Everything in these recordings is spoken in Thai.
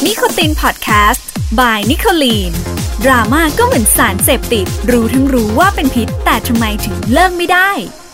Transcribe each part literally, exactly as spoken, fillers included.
นิโคตินพอดแคสต์ by นิโคลีนดราม่าก็เหมือนสารเสพติดรู้ทั้งรู้ว่าเป็นพิษแต่ทำไมถึงเลิกไม่ได้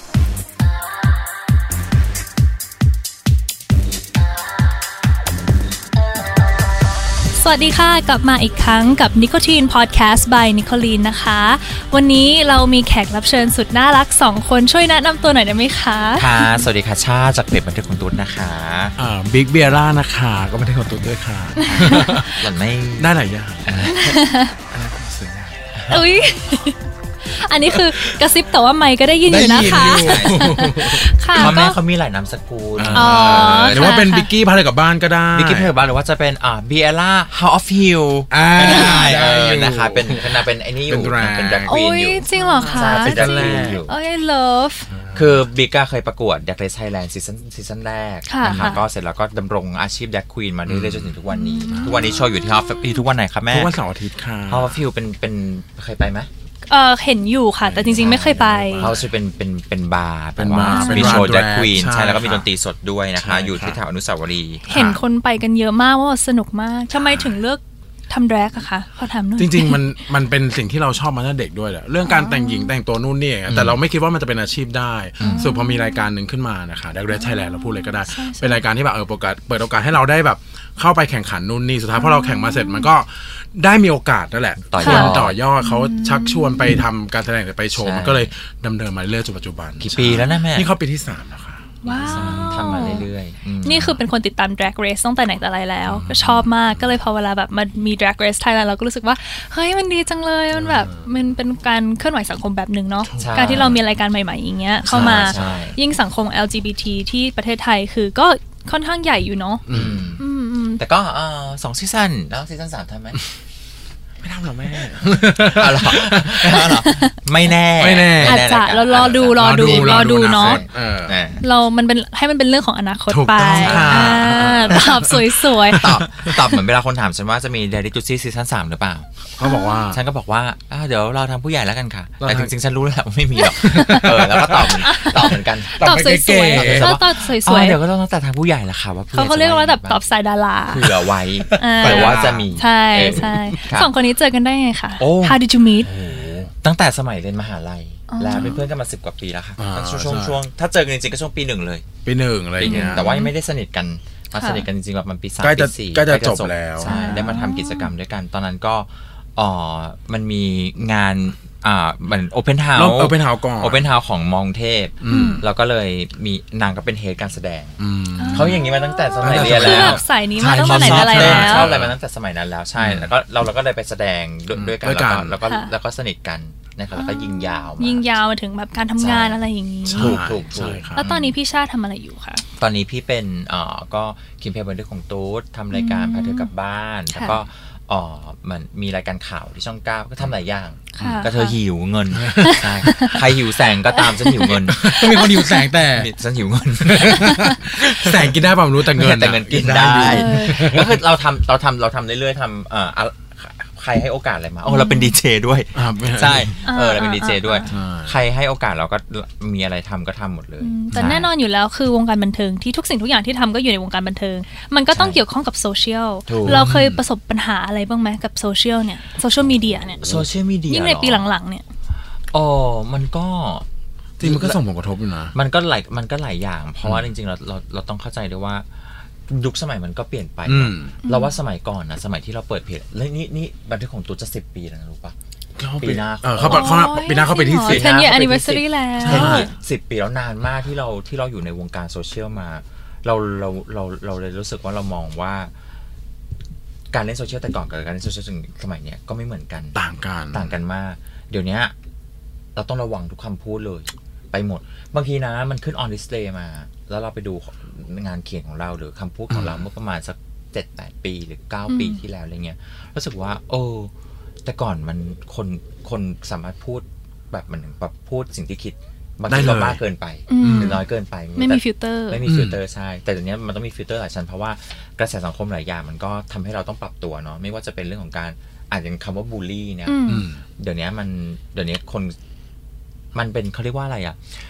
สวัสดีค่ะกลับมาอีกครั้งกับ Nicotine Podcast by Nicoline นะคะวันนี้เรามีแขกรับเชิญสุดน่ารักสองคนช่วยแนะนำตัวหน่อยได้ไหมคะค่ะสวัสดีค่ะชาจากเพจบันทึกของตุ๊ดนะคะอ่าบิ๊กเบียร่านะคะก็บันทึกของตุ๊ดด้วยค่ะหล่อนไม่ได้หลายอย่างอันนั้นคือสื่ออย่างอุ๊ยอันนี้คือกระซิบแต่ว่าไมค์ก็ได้ยินอยู่นะคะค่ะพ่อแม่เขามีหลายนามสกุลอ๋อหรือว่าเป็นบิ๊กกี้พาเลยกับบ้านก็ได้บิ๊กกี้พาเลยกับบ้านหรือว่าจะเป็นอ่าเบียร่า House of Hill อ่าได้นะคะเป็นเป็นเป็นไอ้นี่อยู่เป็นดักควีนอยู่จริงเหรอคะเป็นดักควีนอยู่โอ้ย love คือบิ๊กก็เคยประกวดดักเรสไทยแลนด์ซีซั่นซีซั่นแรกนะคะก็เสร็จแล้วก็ดำรงอาชีพดักควีนมาเรื่อยๆจนถึงทุกวันนี้ทุกวันนี้โชว์อยู่ที่ House of Hill ทุกวันไหนคะแม่ทุกวันเสาร์อาทิตย์ค่ะ House of Hill เป็นเป็นเคยไปไหมเออเห็นอยู่ค่ะแต่จริงๆไม่เคยไปเขาจะเป็นเป็นเป็นบาร์เป็นบาร์มีโชว์แดกควีนใช่แล้วก็มีดนตรีสดด้วยนะคะอยู่ที่แถวอนุสาวรีย์เห็นคนไปกันเยอะมากว่าสนุกมากทำไมถึงเลือกทำแดกอะคะเขาทำนู่นจริงๆมันมันเป็นสิ่งที่เราชอบมาตั้งแต่เด็กด้วยแหละเรื่องการแต่งหญิงแต่งตัวนู่นนี่แต่เราไม่คิดว่ามันจะเป็นอาชีพได้ส่วนพอมีรายการหนึ่งขึ้นมานะคะดักเรสไทยแลนด์เราพูดเลยก็ได้เป็นรายการที่แบบเออโอกาสเปิดโอกาสให้เราได้แบบเข้าไปแข่งขันนู่นนี่สุดท้ายพอเราแข่งมาเสร็จมันก็ได้มีโอกาสนั่นแหละต่อยอดต่อยอดเขาชักชวนไปทำการแสดงไปโชว์มันก็เลยดำเนินมาเรื่อยจนปัจจุบันกี่ปีแล้วนะแม่นี่เข้าปีที่สามแล้วค่ะว้าวทำมาเรื่อยๆนี่คือเป็นคนติดตาม Drag Race ตั้งแต่ไหนแต่ไรแล้วก็ชอบมากก็เลยพอเวลาแบบมันมี Drag Race Thailand เราก็รู้สึกว่าเฮ้ยมันดีจังเลยมันแบบมันเป็นการเคลื่อนไหวสังคมแบบนึงเนาะการที่เรามีรายการใหม่ๆอย่างเงี้ยเข้ามายิ่งสังคม แอล จี บี ที ที่ประเทศไทยคือก็ค่อนข้างใหญ่อยู่เนาะแต่ก็สองซีซั่นแล้วซีซั่นสามทำไหมไม่ทำหรอแม่อ๋อเหรอไม่แน่ไม่แน่อาจจะเรารอดูรอดูรอดูเนาะเรามันเป็นให้มันเป็นเรื่องของอนาคตไปตอบสวยๆตอบตอบเหมือนเวลาคนถามฉันว่าจะมี Daddy Juicy ซีซั่นสามหรือเปล่าเขาบอกว่าฉันก็บอกว่าเดี๋ยวเราทำผู้ใหญ่แล้วกันค่ะแต่จริงๆฉันรู้แล้วว่าไม่มีหรอกเออแล้วก็ตอบตอบเหมือนกันตอบสวยๆแล้วตอบสวยๆเดี๋ยวก็ต้องแต่ทางผู้ใหญ่แหละค่ะว่าเขาเขาเรียกว่าแบบตอบสายดาราเผื่อไว้แต่ว่าจะมีใช่ใช่สองคนนี้เจอกันได้ไงคะ How did you meet ตั้งแต่สมัยเรียนมหาลัยแล้วเป็นเพื่อนกันมาสิบกว่าปีแล้วค่ะช่วงช่วงช่วงถ้าเจอกันจริงๆก็ช่วงปีหนึ่งเลยปีหนึ่งอะไรอย่างเงี้ยแต่ว่ายังไม่ได้สนิทกันมาสนิทกันจริงๆแบบมันปีสามปีสี่ก็จะจบแล้วใช่ได้มาทำกิจกรรมด้วยกันตอนนั้นก็อ๋อมันมีงานอ่ามันโอเพนเฮาส์โอเพนเฮาส์ก่อนโอเพนเฮาส์ของมองเทพแล้วก็เลยมีนางก็เป็นเฮดการแสดงเขาอย่างนี้มาตั้งแต่สมัยเรียนแล้วแบบสายนี้มาตั้งแต่ไหนอะไรแล้วชอบอะไรมาตั้งแต่สมัยนั้นแล้วใช่แล้วก็เราเราก็เลยไปแสดงด้วยกันแล้วก็แล้วก็สนิทกันนะครับแล้วก็ยิงยาวยิงยาวมาถึงแบบการทำงานอะไรอย่างนี้ถูกถูกถูกแล้วตอนนี้พี่ชาติทำอะไรอยู่คะตอนนี้พี่เป็นอ่าก็คิมเพลย์บันทึกของตุ๊ดทำรายการพาเธอกลับบ้านแล้วก็อ๋อมันมีรายการข่าวที่ช่องเก้าก็ทำหลายอย่างก็เธอหิวเงินใช่ใครหิวแสงก็ตามฉันหิวเงินก็มีคนหิวแสงแต่ฉันหิวเงินแสงกินได้ป่ะไม่รู้แต่เงินแต่เงินกินได้ก็คือเราทำเราทำเราทำเรื่อยๆทำเอ่อใครให้โอกาสอะไรมาโอ้เราเป็นดีเจด้วยใช่เออเราเป็นดีเจด้วยใครให้โอกาสเราก็มีอะไรทำก็ทำหมดเลยแต่แน่นอนอยู่แล้วคือวงการบันเทิงที่ทุกสิ่งทุกอย่างที่ทำก็อยู่ในวงการบันเทิงมันก็ต้องเกี่ยวข้องกับโซเชียลเราเคยประสบปัญหาอะไรบ้างไหมกับโซเชียลเนี่ยโซเชียลมีเดียเนี่ยโซเชียลมีเดียยิ่งในปีหลังๆเนี่ยอ๋อมันก็จริงมันก็ส่งผลกระทบอยู่นะมันก็หลายมันก็หลายอย่างเพราะว่าจริงๆเราเราเราต้องเข้าใจด้วยว่ายุคสมัยมันก็เปลี่ยนไปเราว่าสมัยก่อนนะสมัยที่เราเปิดเพจแล้วนี่นี่บันทึกของตุ๊ดจะสิบปีแล้วนะรู้ปะปีหน้าเออเขาเขาปีหน้าเขาไปที่สิบ ten year anniversary แล้วสิบปีแล้วนานมากที่เราที่เราอยู่ในวงการโซเชียลมาเราเราเราเราเลยรู้สึกว่าเรามองว่าการเล่นโซเชียลแต่ก่อนกับการเล่นโซเชียลสมัยเนี้ยก็ไม่เหมือนกันต่างกันต่างกันมากเดี๋ยวนี้เราต้องระวังทุกคำพูดเลยไปหมดบางทีนะมันขึ้น on display มาแล้วเราไปดูงานเขียนของเราหรือคำพูดของเราเมื่อประมาณสัก เจ็ดแปด ปีหรือเก้าปีที่แล้วอะไรเงี้ยรู้สึกว่าโอ้แต่ก่อนมันคนคนสามารถพูดแบบมันแบบพูดสิ่งที่คิดบางทีก็มากเกินไปหรือน้อยเกินไปไม่มีฟิลเตอร์ไม่มีฟิลเตอร์ใช่แต่เดี๋ยวนี้มันต้องมีฟิลเตอร์หลายชั้นเพราะว่ากระแสสังคมหลายอย่างมันก็ทำให้เราต้องปรับตัวเนาะไม่ว่าจะเป็นเรื่องของการอาจจะคำว่าบูลลี่เนี่ยเดี๋ยวนี้มันเดี๋ยวนี้คนมันเป็นเขาเรียกว่าอะไรอ่ะ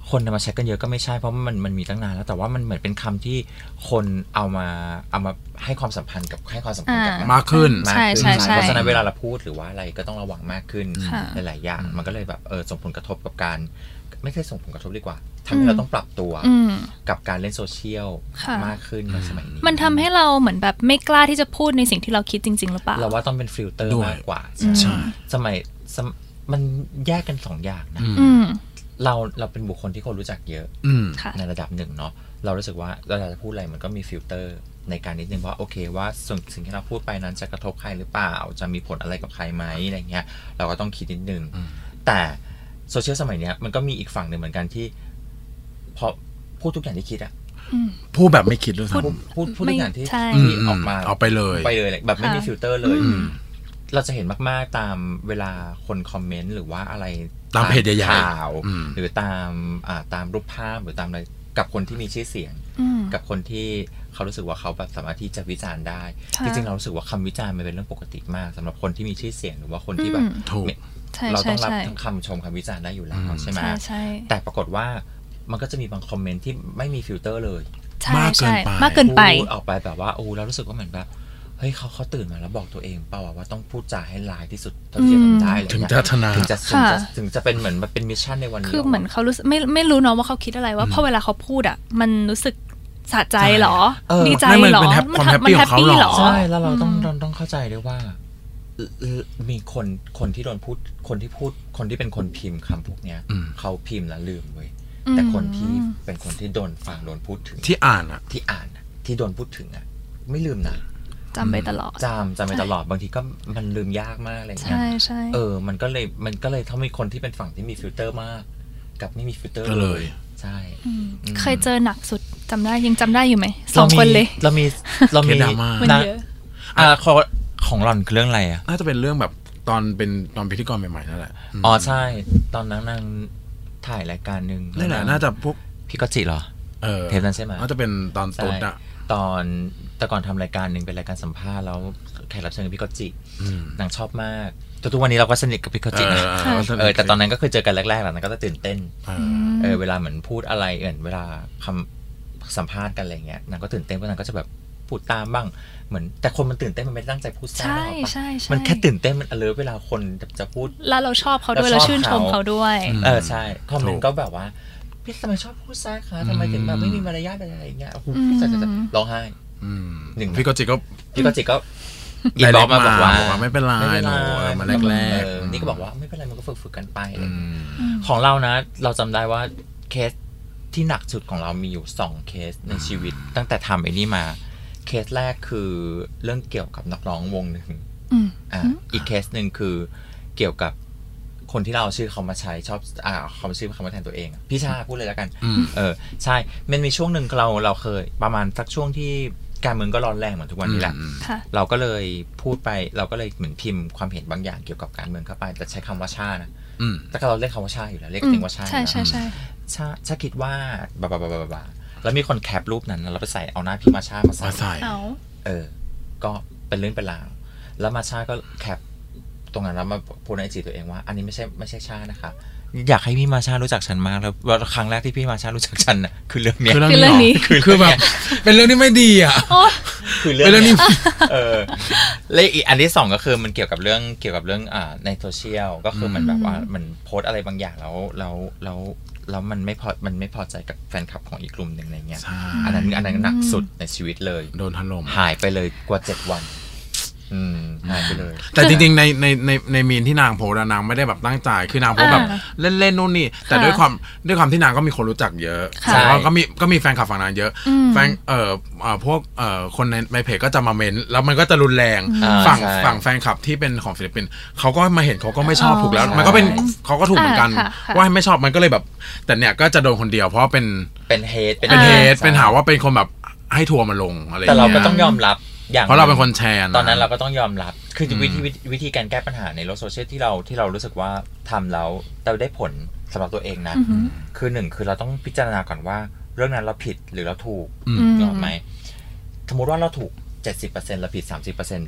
คนมาใช้กันเยอะก็ไม่ใช่เพราะมันมันมีตั้งนานแล้วแต่ว่ามันเหมือนเป็นคำที่คนเอามาเอามาให้ความสัมพันธ์กับให้ความสัมพันธ์กับมากขึ้นใช่ใช่ใช่เพราะฉะนั้นเวลาเราพูดหรือว่าอะไรก็ต้องระวังมากขึ้นหลายๆอย่างมันก็เลยแบบเออส่งผลกระทบกับการไม่ใช่ส่งผลกระทบดีกว่าทำให้เราต้องปรับตัวกับการเล่นโซเชียลมากขึ้นในสมัยนี้มันทำให้เราเหมือนแบบไม่กล้าที่จะพูดในสิ่งที่เราคิดจริงๆหรือเปล่าเราว่าต้องเป็นฟิลเตอร์มากกว่าใช่สมัยมันแยกกันสองอย่างนะเราเราเป็นบุคคลที่คนรู้จักเยอะในระดับหนึ่งเนาะเรารู้สึกว่าเราจะพูดอะไรมันก็มีฟิลเตอร์ในการนิดนึงว่าโอเคว่าสิ่งที่เราพูดไปนั้นจะกระทบใครหรือเปล่าจะมีผลอะไรกับใครไหมอะไรเงี้ยเราก็ต้องคิดนิดนึงแต่โซเชียลสมัยเนี้ยมันก็มีอีกฝั่งหนึ่งเหมือนกันที่พอพูดทุกอย่างที่คิดอะพูดแบบไม่คิดด้วยซ้ำพูดพูดทุกอย่างที่ออกมาเอาไปเลยไปเลยแบบไม่มีฟิลเตอร์เลยเราจะเห็นมากๆตามเวลาคนคอมเมนต์หรือว่าอะไรตามเพจใหญ่ๆข่าวหรือตามอ่าตามรูปภาพหรือตามอะไรกับคนที่มีชื่อเสียงกับคนที่เขารู้สึกว่าเขาแบบสามารถที่จะวิจารณ์ได้จริงๆเรารู้สึกว่าคำวิจารณ์มันเป็นเรื่องปกติมากสำหรับคนที่มีชื่อเสียงหรือว่าคนที่แบบเราต้องรับทั้งคำชมคำวิจารณ์ได้อยู่แล้วใช่ไหมแต่ปรากฏว่ามันก็จะมีบางคอมเมนต์ที่ไม่มีฟิลเตอร์เลยมากเกินไปมากเกินไปออกไปแบบว่าโอ้เรารู้สึกว่าเหมือนแบบเฮ้ยเขาเขาตื่นมาแล้วบอกตัวเองเปล่าว่าต้องพูดจาให้ลายที่สุดเท่าที่จะทำได้เลยถึงจะชนะถึงจะถึงจะถึงจะเป็นเหมือนมันเป็นมิชชั่นในวันนี้คือเหมือนเขารู้ไม่ไม่รู้เนาะว่าเขาคิดอะไรว่าพอเวลาเขาพูดอ่ะมันรู้สึกสะใจหรอดีใจหรอมันมันแฮปปี้ของเขาหรอใช่แล้วเราต้องต้องเข้าใจด้วยว่ามีคนคนที่โดนพูดคนที่พูดคนที่เป็นคนพิมพ์คำพวกเนี้ยเขาพิมพ์แล้วลืมเว้ยแต่คนที่เป็นคนที่โดนฟังโดนพูดถึงที่อ่านอ่ะที่อ่านที่โดนพูดถึงอ่ะไม่ลืมนะจำไปตลอดจำจำไปตลอดบางทีก็มันลืมยากมากอะไรเงี้ยใช่ใช่เออมันก็เลยมันก็เลยทำให้คนที่เป็นฝั่งที่มีฟิลเตอร์มากกับไม่มีฟิลเตอร์เลยใช่เคยเจอหนักสุดจำได้ยังจำได้อยู่ไหมสองคนเลยเรามีเรามีดราม่าอ่าของหล่อนคือเรื่องอะไรอ่ะน่าจะเป็นเรื่องแบบตอนเป็นตอนพิธีกรใหม่ๆนั่นแหละอ๋อใช่ตอนนั้นนางถ่ายรายการนึงนั่นแหละน่าจะพวกพี่ก็จิเหรอเออเทปนั้นใช่ไหมน่าจะเป็นตอนต้นอะตอนแต่ก่อนทำรายการหนึ่งเป็นรายการสัมภาษณ์แล้วแขกรับเชิญพี่ก็จินางชอบมากทุกวันนี้เราก็สนิทกับพี่ก็จินะเออแต่ตอนนั้นก็เคยเจอกันแรกๆแล้วนางก็จะตื่นเต้นเออเวลาเหมือนพูดอะไรเออเวลาคำสัมภาษณ์กันอะไรเงี้ยนางก็ตื่นเต้นเพราะนางก็จะแบบพูดตามบ้างเหมือนแต่คนมันตื่นเต้นมันไม่ตั้งใจพูดซ่าหรอกปะมันแค่ตื่นเต้นมันalertเวลาคนจะพูดแล้วเราชอบเขาด้วยเราชื่นชมเขาด้วยเออใช่คอมเมนต์ก็แบบว่าพี่ทำไมชอบพูดซ่าคะทำไมถึงแบบไม่มีมารยาทอะไรอย่างเงี้ยโอ้โหพี่จะจะร้องไห้หนึ่งพี่ก็จิก็พี่ก็จิก็อินบ็อกมาบอกว่าไม่เป็นไรหนูมาแรกๆนี่ก็บอกว่าไม่เป็นไรมันก็ฝึกๆกันไปของเรานะเราจำได้ว่าเคสที่หนักสุดของเรามีอยู่สองเคสในชีวิตตั้งแต่ทำไอ้นี่มาเคสแรกคือเรื่องเกี่ยวกับนักร้องวงหนึ่งอ่าอีกเคสหนึ่งคือเกี่ยวกับคนที่เราเอาชื่อเขามาใช้ชอบอ่าเขาชื่อเขามาแทนตัวเองพี่ชาพูดเลยแล้วกันเออใช่มันมีช่วงหนึ่งเราเราเคยประมาณสักช่วงที่การเมืองก็ร้อนแรงเหมือนทุกวันนี้แหละเราก็เลยพูดไปเราก็เลยเหมือนพิมพ์ความเห็นบางอย่างเกี่ยวกับการเมืองเข้าไปแต่ใช้คำว่าชานะแต่เราเรียกคำว่าชาอยู่แล้วเรียกจริงว่าชาใช่ใช่ใช่ชาชาคิดว่าบาบาบาบาบาแล้วมีคนแคปรูปนั้นแล้วเราไปใส่เอาหน้าพี่มาชามาใส่เออก็เป็นเรื่องเป็นราวแล้วมาชาก็แคปตรงนั้นแล้วมาโพสในไอจีตัวเองว่าอันนี้ไม่ใช่ไม่ใช่ชานะคะอยากให้พี่มาชารู้จักฉันมากแล้วครั้งแรกที่พี่มาชารู้จักฉันน่ะคือเรื่องนี้คือเรื่องนี้คือแบบเป็นเรื่องที่ไม่ดีอ่ะคือเรื่องนี้เออและอีกอันที่สองก็คือมันเกี่ยวกับเรื่องเกี่ยวกับเรื่องอ่าในโซเชียลก็คือมันแบบว่ามันโพสอะไรบางอย่างแล้วแล้วแล้วแล้วมันไม่พอมันไม่พอใจกับแฟนคลับของอีกกลุ่มหนึ่งอะไรเงี้ยอันนั้นอันนั้นหนักสุดในชีวิตเลยโดนถล่มหายไปเลยกว่าเจ็ดวันหายไปเลยแต่จริงๆในในในในมีนที่นางโพสนางไม่ได้แบบตั้งใจคือนางโพสแบบเล่นๆนู่นนี่แต่ด้วยความด้วยความที่นางก็มีคนรู้จักเยอะแล้วก็มีก็มีแฟนคลับฝั่งนางเยอะแฟนเอ่อพวกเอ่อคนในในเพจก็จะมาเม้นแล้วมันก็จะรุนแรงฝั่งฝั่งแฟนคลับที่เป็นของศิลปินเขาก็มาเห็นเขาก็ไม่ชอบถูกแล้วมันก็เป็นเขาก็ถูกเหมือนกันว่าไม่ชอบมันก็เลยแบบแต่เนี่ยก็จะโดนคนเดียวเพราะเป็นเป็นเฮทเป็นเฮทเป็นหาว่าเป็นคนแบบให้ทัวร์มาลงอะไรแต่เราก็ต้องยอมรับเพราะเราเป็นคนแชร์ตอนนั้นเราก็ต้องยอมรับคือวิธีวิธีการแก้ปัญหาในโลกโซเชียลที่เราที่เรารู้สึกว่าทำแล้วเราได้ผลสำหรับตัวเองนะคือหนึ่งคือเราต้องพิจารณาก่อนว่าเรื่องนั้นเราผิดหรือเราถูกถูกไหมสมมติว่าเราถูก เจ็ดสิบเปอร์เซ็นต์ เราผิด สามสิบเปอร์เซ็นต์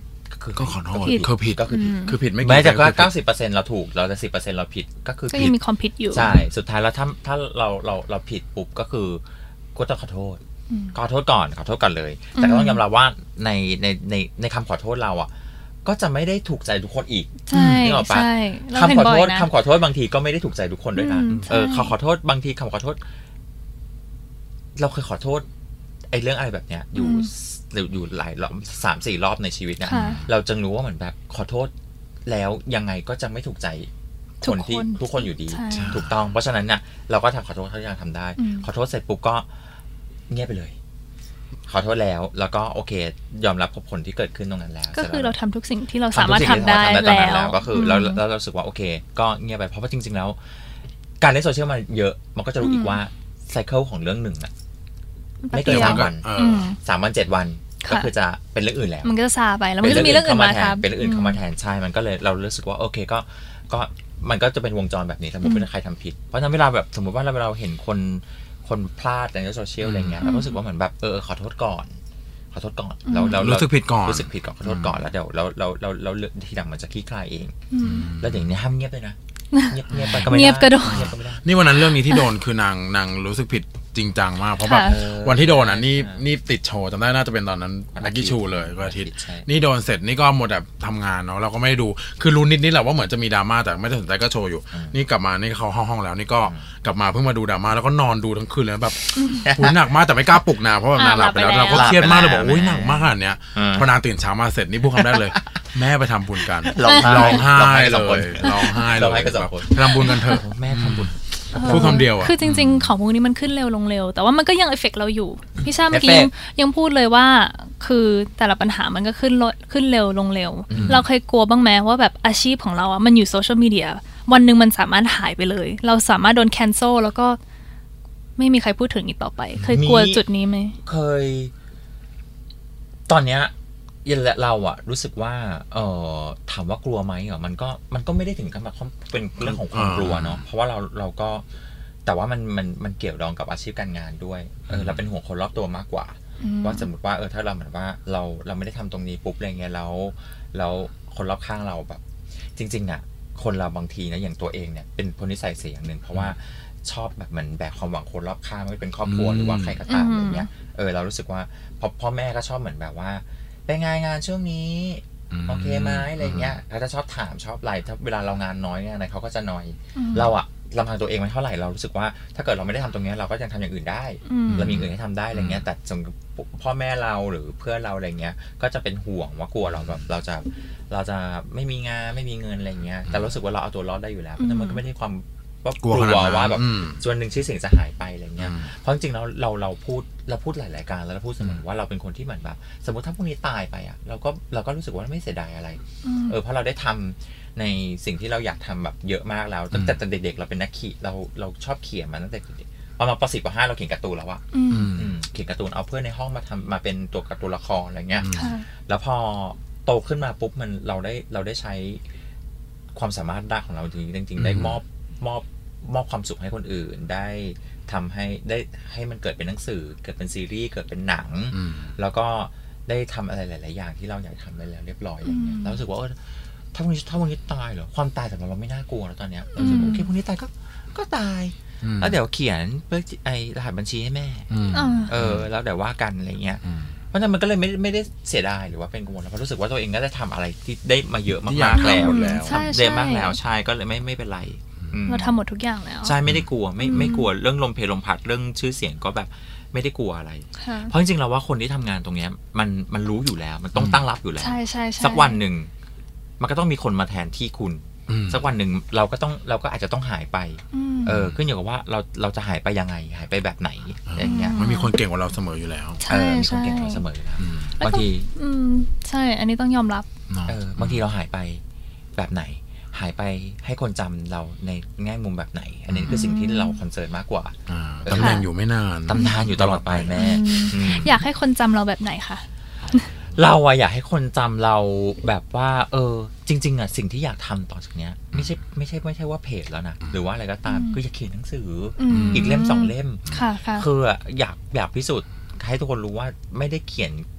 คือก็ขอโทษผิดคือผิดก็คือผิดคือผิดไม่แม้แต่ก็คือผิดเก้าสิบเปอร์เซ็นต์เราถูกเราแต่สิบเปอร์เซ็นต์เราผิดก็คือก็ผิยัดงมีความผิดอยู่ใช่สุดท้ายแล้วถ้าถ้าเราเราเราผิดปุ๊บก็คือก็ต้องขอโทษขอโทษก่อนขอโทษก่อนเลยแต่ก็ต้องยอมรับว่าในในในในคำขอโทษเราอ่ะก็จะไม่ได้ถูกใจทุกคนอีกใช่นึกออกปะใช่เราคำเห็นขอบ่อโทยษนะคำขอโทษบางทีก็ไม่ได้ถูกใจทุกคนด้วยนะอืมเออใช่ขอขอโทษบางทีคำขอโทษ เราเคยขอโทษไอ้เรื่องอะไรแบบเนี้ยอยู่อยู่หลายรอบสามสี่รอบในชีวิตเนี่ยค่ะเราจึงรู้ว่าเหมือนแบบขอโทษแล้วยังไงก็จะไม่ถูกใจคนที่ทุกคนทุกคนอยู่ดีใช่ถูกต้องเพราะฉะนั้นเนี่ยเราก็ทำขอโทษเท่าที่เราทำได้อืมขอโทษเสร็จปุ๊บก็เงียบไปเลย ขอโทษแล้วแล้วก็โอเค ยอมรับผลที่เกิดขึ้นตรงนั้นแล้วก็คือเราทำทุกสิ่งที่เราทำสาทุกมารถสิ่งทำที่ได้เราทำได้ตอนนั้นแล้แล้ว วก็คือแล้วแล้วเรารู้สึกว่าโอเค ก็เงียบไปเพราะว่าจริงๆแล้ว การเล่นโซเชียลมาเยอะมันก็จะรู้อีกว่าไซเคิลของเรื่องหนึ่งอะไม่เกินสามวันเอออืมสามวันเจ็ดวันค่ะก็คือจะเป็นเรื่องอื่นแล้วมันก็จะซาไปแล้วมันก็จะมีเรื่องอื่นมาครับเป็นเรื่องอื่นเข้ามาแทนใช่มันก็เลยเรารู้สึกว่าโอเคก็ก็มันก็จะเป็นวงจรแบบนี้สมมติเป็นใครทำผิดเพราะฉะนั้นเวลาแบบสมมติว่าเราเราเห็นคนคนพลาดในโซเชียลอะไรเงี้ยเราก็รู้สึกว่าเหมือนแบบเออขอโทษก่อนขอโทษก่อนเราเรารู้สึกผิดก่อนรู้สึกผิดก่อนขอโทษก่อนแล้วเดี๋ยวเราเราเราเราทีหลังมันจะคลี่คลายเองอืมแล้วอย่างนี้ห้ามเงียบเลยนะเงียบเงียบไปก็ไม่ได้เงียบก็โดนเงียบก็ไม่ได้นี่วันนั้นเรื่องนี้ที่โดนคือนางนางรู้สึกผิดจริงจังมากเพราะแบบค่ะวันที่โดนอ่ะนี่นี่ติดโชว์จำได้น่าจะเป็นตอนนั้นนักกี้ชูเลยวันอาทิตย์ใช่นี่โดนเสร็จนี่ก็หมดแบบทำงานเนาะเราก็ไม่ได้ดูคือรู้นิดนิดแหละว่าเหมือนจะมีดราม่าแต่ไม่ได้สนใจก็โชว์อยู่ นี่กลับมานี่เขาห้องห้องแล้วนี่ก็กลับมาเพิ่งมาดูดราม่าแล้วก็นอนดูทั้งคืนเลยแบบหูหนักมากแต่ไม่กล้าปลุกนะเพราะแบบนางหลับไปแล้วอ่าหลับไปแล้วเราก็เครียดมากเลยบอกหลับไปอุ้ยแล้วหนักมากขนาดเนี้ยอืมพอนางตื่นเช้ามาเสร็จนี่พูดคำแรกเลย แม่ไปทำบุญกันร้องไห้ร้องไห้ร้องไห้เลสองคนยร้องไห้เลร้องไห้ยกันสองแบบคนไปทำบุญกันเถอะแม่ทำบุญพูดคำเดียวอ่ะคือจริงๆ ของพวกนี้มันขึ้นเร็วลงเร็ว แต่ว่ามันก็ยังเอฟเฟกต์เราอยู่ พี่ชาเมื่อกี้เอยัฟงเฟกต์ยังพูดเลยว่า คือแต่ละปัญหามันก็ขึ้นลดขึ้นเร็วลงเร็ว เราเคยกลัวบ้างไหมว่าแบบอาชีพของเราอ่ะมันอยู่โซเชียลมีเดียวันหนึ่งมันสามารถหายไปเลย เราสามารถโดนแคนเซิลแล้วก็ไม่มีใครพูดถึงอีกต่อไป เคยกลัวจุดนี้ไหมเคย ตอนเนี้ยเราอะรู้สึกว่า เออถามว่ากลัวไหมเหรอมันก็มันก็ไม่ได้ถึงกับแบบเป็นเรื่องของความกลัวเนาะเพราะว่าเราเราก็ แต่ว่ามันมันมันเกี่ยวดองกับอาชีพการงานด้วยเออเราเป็นห่วงคนรอบตัวมากกว่า ว่าสมมติว่าเออถ้าเราเหมือนว่าเราเราไม่ได้ทำตรงนี้ปุ๊บอะไรเงี้ยแล้วแล้วคนรอบข้างเราแบบ จริงๆอะคนเราบางทีนะอย่างตัวเองเนี่ยเป็นคนนิสัยเสียอย่างหนึ่งเพราะว่าชอบแบบเหมือนแบกความหวังคนรอบข้างไม่เป็นครอบครัวหรือว่าใครก็ตามอะไรเงี้ยเออเรารู้สึกว่าพ่อพ่อแม่ก็ชอบเหมือนแบบว่าเป็นไงงานช่วงนี้โอเคไหมอะไรเงี้ยเขาจะชอบถามชอบไลน์ถ้าเวลาเรางานน้อยเนี่ยอะไรเขาก็จะน้อยเราอะลำพังตัวเองไม่เท่าไหร่เรารู้สึกว่าถ้าเกิดเราไม่ได้ทำตรงนี้เราก็ยังทำอย่างอื่นได้เรามีอย่างอื่นให้ทำได้อะไรเงี้ยแต่สมมติพ่อแม่เราหรือเพื่อนเราอะไรเงี้ยก็จะเป็นห่วงว่ากลัวเราแบบเราจะเราจะไม่มีงานไม่มีเงินอะไรเงี้ยแต่รู้สึกว่าเราเอาตัวรอดได้อยู่แล้วเพราะฉะนั้นมันก็ไม่ได้ความว่ากลัวว่าแบบส่วนหนึ่งชื่อเสียงจะหายไปอะไรเงี้ยเพราะจริงๆแล้วเราเราพูดเราพูดหลายๆการแล้วเราพูดเสมอว่าเราเป็นคนที่เหมือนแบบสมมติถ้าพวกนี้ตายไปอ่ะเราก็เราก็รู้สึกว่าไม่เสียดายอะไรเออเพราะเราได้ทำในสิ่งที่เราอยากทำแบบเยอะมากแล้วตั้งแต่เด็กๆเราเป็นนักเขียนเราเราชอบเขียนมาตั้งแต่เด็กๆประมาณป.สี่ ป.ห้าเราเขียนการ์ตูนแล้วอะเขียนการ์ตูนเอาเพื่อนในห้องมาทำมาเป็นตัวการ์ตูนละครอะไรเงี้ยแล้วพอโตขึ้นมาปุ๊บมันเราได้เราได้ใช้ความสามารถด้านของเราจริงๆจริงๆได้มอบมอบมอบความสุขให้คนอื่นได้ทำให้ได้ให้มันเกิดเป็นหนังสือเกิดเป็นซีรีส์เกิดเป็นหนังแล้วก็ได้ทำอะไรหลายๆอย่างที่เราอยากทำไปแล้วเรียบร้อยอะไรเงี้ยเรารู้สึกว่าถ้าพวกนี้ถ้าพวกนี้ตายเหรอความตายแต่เราไม่น่ากลัวแล้วตอนเนี้ยเรารู้สึกโอเคพวกนี้ตายก็ก็ตายแล้วเดี๋ยวเขียนเพื่อไอรหัสบัญชีให้แม่เออแล้วเดี๋ยวว่ากันอะไรเงี้ยเพราะฉะนั้นมันก็เลยไม่ไม่ได้เสียดายหรือว่าเป็นกังวลเพราะรู้สึกว่าตัวเองก็ได้ทำอะไรที่ได้มาเยอะมากๆแล้วเยอะมากแล้วใช่ก็เลยไม่ไม่เป็นไรเราทำหมดทุกอย่างแล้วใช่ไม่ได้กลัวไม่ไม่กลัวเรื่องลมเพลลมพัดเรื่องชื่อเสียงก็แบบไม่ได้กลัวอะไรเพราะจริงๆเราว่าคนที่ทำงานตรงนี้มันมันรู้อยู่แล้วมันต้องตั้งรับอยู่แล้วสักวันหนึ่งมันก็ต้องมีคนมาแทนที่คุณสักวันหนึ่งเราก็ต้องเราก็อาจจะต้องหายไปเออขึ้นอยู่กับว่าเราเราจะหายไปยังไงหายไปแบบไหนอย่างเงี้ยมันมีคนเก่งกว่าเราเสมออยู่แล้วเออมีคนเก่งกว่าเราเสมอแล้วบางทีอืมใช่อันนี้ต้องยอมรับเออบางทีเราหายไปแบบไหนหายไปให้คนจำเราในแง่มุมแบบไหนอันนี้คือสิ่งที่เราคอนเซิร์นมากกว่าตำแหน่งอยู่ไม่นานตำนานอยู่ตลอดไปแม่อยากให้คนจำเราแบบไหนคะเราอะอยากให้คนจำเราแบบว่าเออจริงๆอะสิ่งที่อยากทำต่อจากเนี้ยไม่ใช่ไม่ใช่ไม่ใช่ว่าเพจแล้วนะหรือว่าอะไรก็ตามคืออยากเขียนหนังสืออีกเล่มสองเล่มคืออยากอยากพิสูจน์ให้ทุกคนรู้ว่าไม่ได้เขียน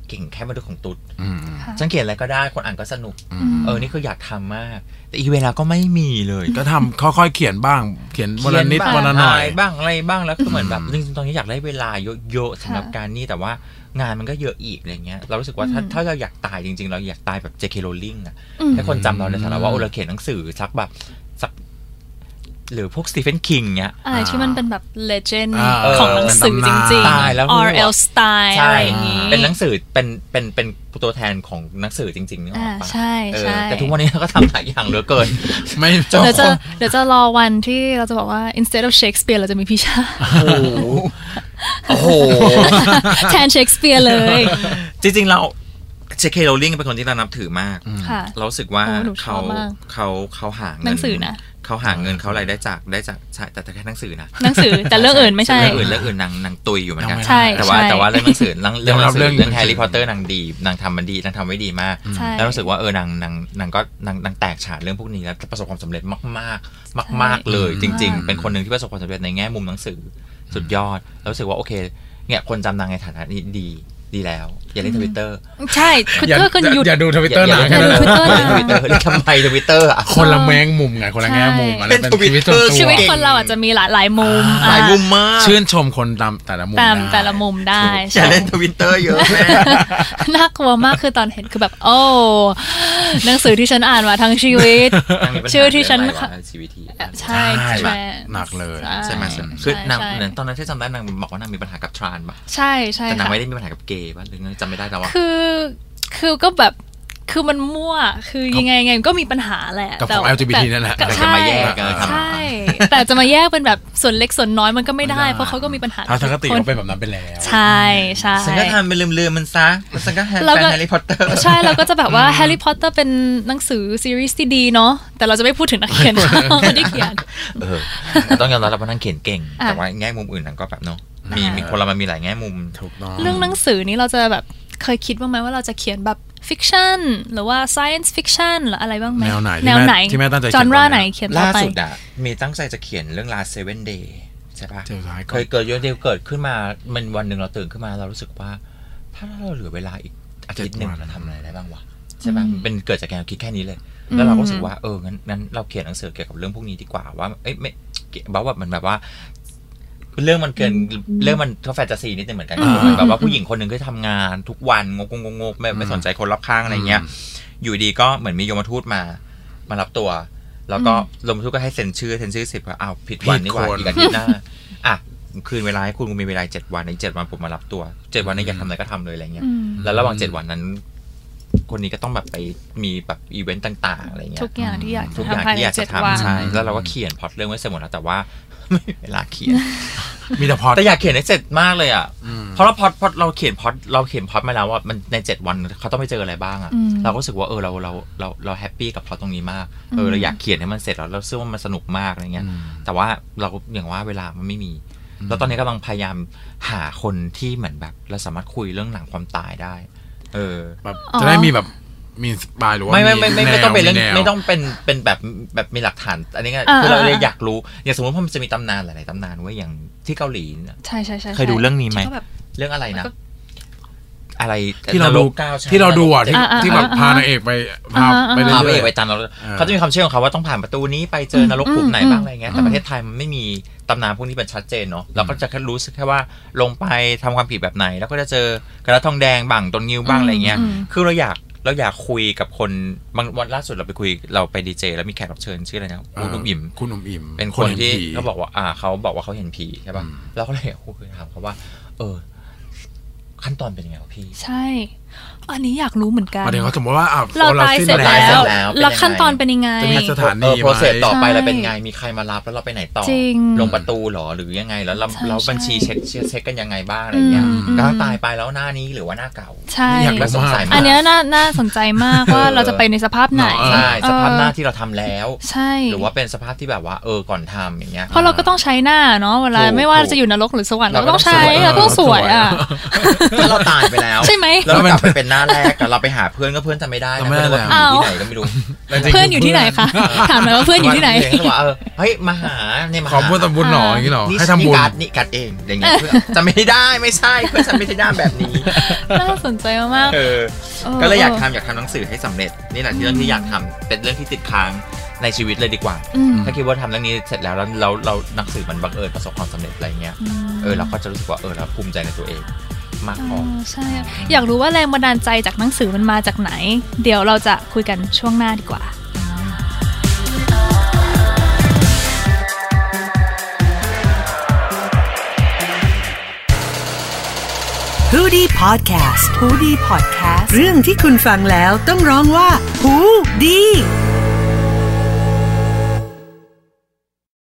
เก่งแค่บันทึกของตุ๊ดฉันเขียนอะไรก็ได้คนอ่านก็สนุกเออนี่คืออยากทำมากแต่อีเวลาก็ไม่มีเลยก็ทำค่อยๆเขียนบ้างเขียนวันละนิดวันละหน่อยบ้างอะไรบ้างแล้วก็เหมือนแบบจริงๆตอนนี้อยากได้เวลาเยอะๆสำหรับการนี่แต่ว่างานมันก็เยอะอีกอะไรเงี้ยเรารู้สึกว่าถ้าถ้าเราอยากตายจริงๆเราอยากตายแบบ เจ เค Rowling อ่ะให้คนจำเราในฐานะว่าเราเขียนหนังสือสักแบบสักหรือพวกสตีเฟนคิงเนี้ยอะไรที่มันเป็นแบบเลเจนด์ของหนังสือจริงๆ อาร์ แอล Style อะไรอย่างงี้เป็นหนังสือเป็นเป็นเป็นตัวแทนของหนังสือจริงๆนึกออกปะใช่ใช่แต่ทุกวันนี้เราก็ทำหลายอย่างเหลือเกินไม่เดี๋ยวจะเดี๋ยวจะรอวันที่เราจะบอกว่า instead of Shakespeare เราจะมีพี่ชาโอ้โหแทน Shakespeare เลยจริงๆเราเจ เค Rowling เป็นคนที่เรานับถือมากเรารู้สึกว่าเขาเขาเขาหาเงินหนังสือนะเขาหาเงินเขาอะไรได้จากได้จากใช่แต่แค่หนังสือนะหนังสือแต่เรื่องอื่นไม่ใช่เรื่องอื่นเรื่องอื่นนางนางตุยอยู่เหมือนกันใช่แต่ว่าแต่ว่าเรื่องหนังสือเรื่องหนังสือเรื่องแฮร์รี่พอตเตอร์นางดีนางทำมันดีนางทำไว้ดีมากแล้วรู้สึกว่าเออนางนางนางก็นางนางแตกฉานเรื่องพวกนี้แล้วประสบความสำเร็จมากๆมากๆเลยจริงๆเป็นคนหนึ่งที่ประสบความสำเร็จในแง่มุมหนังสือสุดยอดแล้วรู้สึกว่าโอเคเนี่ยคนจำนางในฐานะนี้ดีดีแล้วอย่าเล่น Twitter ใช่คือก็คือหยุดอย่าดู Twitter หนักอย่าดู Twitter นะ Twitter เล่นทำไม Twitter อ่ะคนละแง่มุมไงคนละแง่มุมอันนั้นเป็นชีวิตส่วนตัวชีวิตคนเราอาจจะมีหลายหลายมุมหลายมุมมากชื่นชมคนตามแต่ละมุมตามแต่ละมุมได้อย่าเล่น Twitter เยอะแม่น่ากลัวมากคือตอนเห็นคือแบบโอ้หนังสือที่ฉันอ่านมาทั้งชีวิตชื่อที่ฉันใช่ใช่หนักเลยใช่ไหมคือนางตอนนั้นที่จำได้นางบอกว่านางมีปัญหากับทรานป่ะใช่ใช่แต่นางไม่ได้มีปัญหากับเกย์ป่ะหรือจำไม่ได้แล้วว่าคือคือก็แบบคือมันมั่วคือยังไงไงก็มีปัญหาแหละกับของ แอล จี บี ที นั่นแหละจะมาแยกกันใช่แต่จะมาแยกเป็นแบบส่วนเล็กส่วนน้อยมันก็ไม่ได้เพราะเขาก็มีปัญหาทัศนคติเขาเป็นแบบนั้นไปแล้วใช่ใช่ฉันก็ทำเป็นลืมๆมันซะฉันก็แฮร์รี่พอตเตอร์ใช่เราก็จะแบบว่าแฮร์รี่พอตเตอร์เป็นหนังสือซีรีส์ที่ดีเนาะแต่เราจะไม่พูดถึงนักเขียนไม่ได้เขียนเออต้องยอมรับว่านักเขียนเก่งแต่ว่าแง่มุมอื่นนั่นก็แบบเนาะมีมีคนเรามันมีหลายแง่มุมถูกต้องเรื่องหนังสือนี้เราจะแบบเคยคิดบ้างไหมว่าเราจะเขียนแบบฟิกชันหรือว่า science fiction หรืออะไรบ้างไหมแนวไหนแนวไหนที่แม่ตั้งใจจอนราไหนเขียนต่อไปล่าสุดอ่ะมีตั้งใจจะเขียนเรื่อง last seven day ใช่ปะเคยเกิดเรื่องเดียวเกิดขึ้นมามันวันหนึ่งเราตื่นขึ้นมาเรารู้สึกว่าถ้าเราเหลือเวลาอีกอาทิตย์หนึ่งเราทำอะไรได้บ้างวะใช่ปะเป็นเกิดจากการคิดแค่นี้เลยแล้วเราก็รู้สึกว่าเอองั้นงั้นเราเขียนหนังสือเกี่ยวกับเรื่องพวกนี้ดีกว่าว่าเอ้ยไม่บอกว่ามันแบบว่าเรื่องมันเกินเรื่องมันก็แฟนตาซีนิดนึงเหมือนกันแบบว่าผู้หญิงคนหนึ่งก็ทำงานทุกวันงกงงกไม่ไม่สนใจคนรอบข้างอะไรเงี้ยอยู่ดีก็เหมือนมียมทูตมามารับตัวแล้วก็ยมทูตก็ให้เซ็นชื่อเซ็นชื่อสิบว่าอ้าวผิดวันนี่หว่าอีกอาทิตย์หน้าอ่ะคืนเวลาให้คุณมีเวลาเจ็ดวันในเจ็ดวันผมมารับตัวเจ็ดวันนี้อยากทำอะไรก็ทำเลยอะไรเงี้ยแล้วระหว่างเจ็ดวันนั้นคนนี้ก็ต้องแบบไปมีแบบอีเวนต์ต่างๆอะไรเงี้ยทุกอย่างที่อยากทุกอย่างที่อยากจะทำใช่แล้วเราก็เขียนพล็อตเรื่องไว้เสร็จหมดแล้วแต่ว่าไม่มีเวลาเขียนมีแต่พอดแต่อยากเขียนให้เสร็จมากเลยอ่ะเพราะเราพอดพอดเราเขียนพอดเราเขียนพอดมาแล้วว่ามันในเจ็ดวันเขาต้องไปเจออะไรบ้างอ่ะเราก็รู้สึกว่าเออเราเราเราเราแฮปปี้กับพอดตรงนี้มากเออเราอยากเขียนให้มันเสร็จแล้วเราเชื่อว่ามันสนุกมากอะไรเงี้ยแต่ว่าเราอย่างว่าเวลามันไม่มีแล้วตอนนี้กำลังพยายามหาคนที่เหมือนแบบเราสามารถคุยเรื่องหลังความตายได้เออแบบจะได้มีแบบมีสปายหรือว่าไม่ไม่ไม่ไม่ไม่ต้องเป็นเรื่องไม่ต้องเป็นเป็นแบบแบบมีหลักฐานอันนี้ไงคือเราเลยอยากรู้อย่างสมมติว่ามันจะมีตำนานหลายๆตำนานว่าอย่างที่เกาหลีใช่ใช่ใช่เคยดูเรื่องนี้ไหมเรื่องอะไรนะอะไรที่เราดูที่เราดูอ่ะที่ที่แบบพานางเอกไปพาไปเรื่อยๆไปตามเราเขาจะมีความเชื่อของเขาว่าต้องผ่านประตูนี้ไปเจอนรกขุมไหนบ้างอะไรเงี้ยแต่ประเทศไทยมันไม่มีตำนานพวกนี้เป็นชัดเจนเนาะเราก็จะแค่รู้สึกแค่ว่าลงไปทำความผิดแบบไหนแล้วก็จะเจอกระทองแดงบังต้นงิ้วบ้างอะไรเงี้ยคือเราอยากเราอยากคุยกับคนบางวันล่าสุดเราไปคุยเราไปดีเจแล้วมีแขกรับเชิญชื่ออะไรนะคุณนุ่มอิ่มคุณนุ่มอิ่มเป็นคนที่เขาบอกว่าอ่าเขาบอกว่าเขาเห็นผีใช่ป่ะแล้วก็เลยคุยถามเขาว่าเออขั้นตอนเป็นยังไงพี่ใช่อันนี้อยากรู้เหมือนกันประเด็นเขาสมมติว่าเราตายเสร็จแล้วแล้วขั้นตอนเป็นยังไงจะมีสถานีโปรเซสต่อไปเราเป็นไงมีใครมารับแล้วเราไปไหนต่อลงประตูหรอหรือยังไงแล้วเราบัญชีเช็คเช็คกันยังไงบ้างอะไรเงี้ยแล้วตายไปแล้วหน้านี้หรือว่าหน้าเก่าใช่อยากสงสัยอันนี้น่าน่าสนใจมากว่าเราจะไปในสภาพไหนใช่สภาพหน้าที่เราทำแล้วใช่หรือว่าเป็นสภาพที่แบบว่าเออก่อนทำอย่างเงี้ยเพราะเราก็ต้องใช้หน้าเนาะเวลาไม่ว่าจะอยู่นรกหรือสวรรค์เราต้องใช้เราต้องสวยอ่ะถ้าเราตายไปแล้วใช่ไหมแล้วกลับไปไปเป็นหน้าแรกอะเราไปหาเพื่อนก็เพื่อนจำไม่ได้นะเพื่อนว่าอยู่ที่ไหนก็ไม่รู้เพื่อนอยู่ที่ไหนคะถามหน่อยว่าเพื่อนอยู่ที่ไหนเขาบอกเออเฮ้ยมาหาเนี่ยมาขอบุญทำบุญหน่อยอย่างนี้หรอให้ทำบุญนี่กัดนี่กัดเองอย่างเงี้ยเพื่อนจำไม่ได้ไม่ใช่เพื่อนจำไม่ได้แบบนี้น่าสนใจมากเออก็เลยอยากทำอยากทำหนังสือให้สำเร็จนี่แหละที่เรื่องที่อยากทำเป็นเรื่องที่ติดค้างในชีวิตเลยดีกว่าถ้าคิดว่าทำเรื่องนี้เสร็จแล้วแล้วเราเราหนังสือมันบังเอิญประสบความสำเร็จอะไรเงี้ยเออเราก็จะรู้สึกว่าเออเราภูมิใจในตัวเองมากพอใช่อยากรู้ว่าแรงบันดาลใจจากหนังสือมันมาจากไหนเดี๋ยวเราจะคุยกันช่วงหน้าดีกว่าฮูดี้พอดแคสต์ฮูดี้พอดแคสต์เรื่องที่คุณฟังแล้วต้องร้องว่าฮูดี